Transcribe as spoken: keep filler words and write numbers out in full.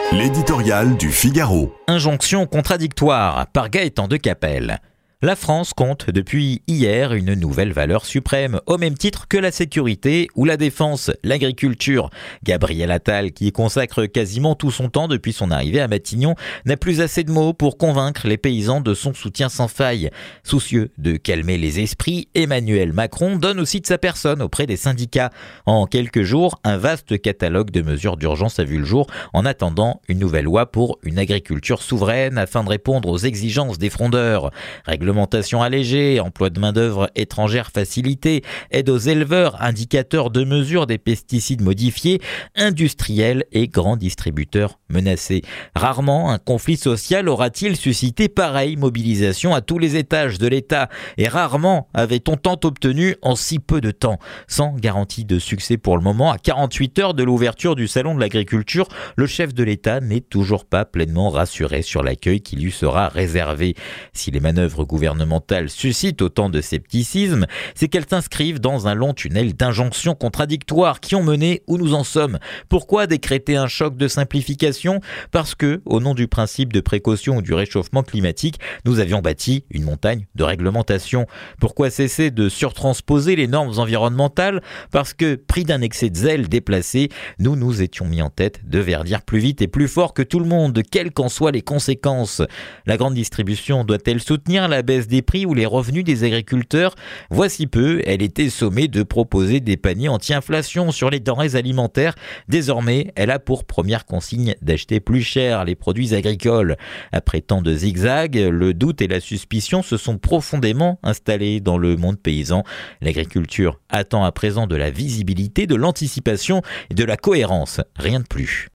L'éditorial du Figaro. Injonction contradictoire par Gaëtan Decapelle. La France compte depuis hier une nouvelle valeur suprême, au même titre que la sécurité ou la défense, l'agriculture. Gabriel Attal, qui y consacre quasiment tout son temps depuis son arrivée à Matignon, n'a plus assez de mots pour convaincre les paysans de son soutien sans faille. Soucieux de calmer les esprits, Emmanuel Macron donne aussi de sa personne auprès des syndicats. En quelques jours, un vaste catalogue de mesures d'urgence a vu le jour en attendant une nouvelle loi pour une agriculture souveraine afin de répondre aux exigences des frondeurs. Réglementation allégée, emploi de main-d'œuvre étrangère facilité, aide aux éleveurs, indicateurs de mesure des pesticides modifiés, industriels et grands distributeurs menacés. Rarement un conflit social aura-t-il suscité pareille mobilisation à tous les étages de l'État et rarement avait-on tant obtenu en si peu de temps. Sans garantie de succès pour le moment, à quarante-huit heures de l'ouverture du salon de l'agriculture, le chef de l'État n'est toujours pas pleinement rassuré sur l'accueil qui lui sera réservé. Si les manœuvres gouvernementales suscitent autant de scepticisme, c'est qu'elles s'inscrivent dans un long tunnel d'injonctions contradictoires qui ont mené où nous en sommes. Pourquoi décréter un choc de simplification ? Parce que, au nom du principe de précaution ou du réchauffement climatique, nous avions bâti une montagne de réglementation. Pourquoi cesser de surtransposer les normes environnementales ? Parce que, pris d'un excès de zèle déplacé, nous nous étions mis en tête de verdir plus vite et plus fort que tout le monde, quelles qu'en soient les conséquences. La grande distribution doit-elle soutenir la baisse des prix ou les revenus des agriculteurs? Voici peu, elle était sommée de proposer des paniers anti-inflation sur les denrées alimentaires. Désormais, elle a pour première consigne d'acheter plus cher les produits agricoles. Après tant de zigzags, le doute et la suspicion se sont profondément installés dans le monde paysan. L'agriculture attend à présent de la visibilité, de l'anticipation et de la cohérence, rien de plus.